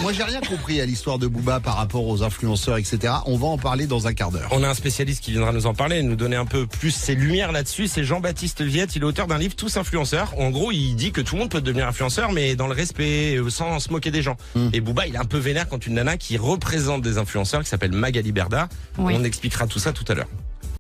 Moi, j'ai rien compris à l'histoire de Booba par rapport aux influenceurs, etc. On va en parler dans un quart d'heure. On a un spécialiste qui viendra nous en parler, nous donner un peu plus ses lumières là-dessus. C'est Jean-Baptiste Viette, il est auteur d'un livre Tous influenceurs. En gros, il dit que tout le monde peut devenir influenceur, mais dans le respect, sans se moquer des gens. Et Booba, il est un peu vénère contre une nana qui représente des influenceurs, qui s'appelle Magali Berda. Oui. On expliquera tout ça tout à l'heure.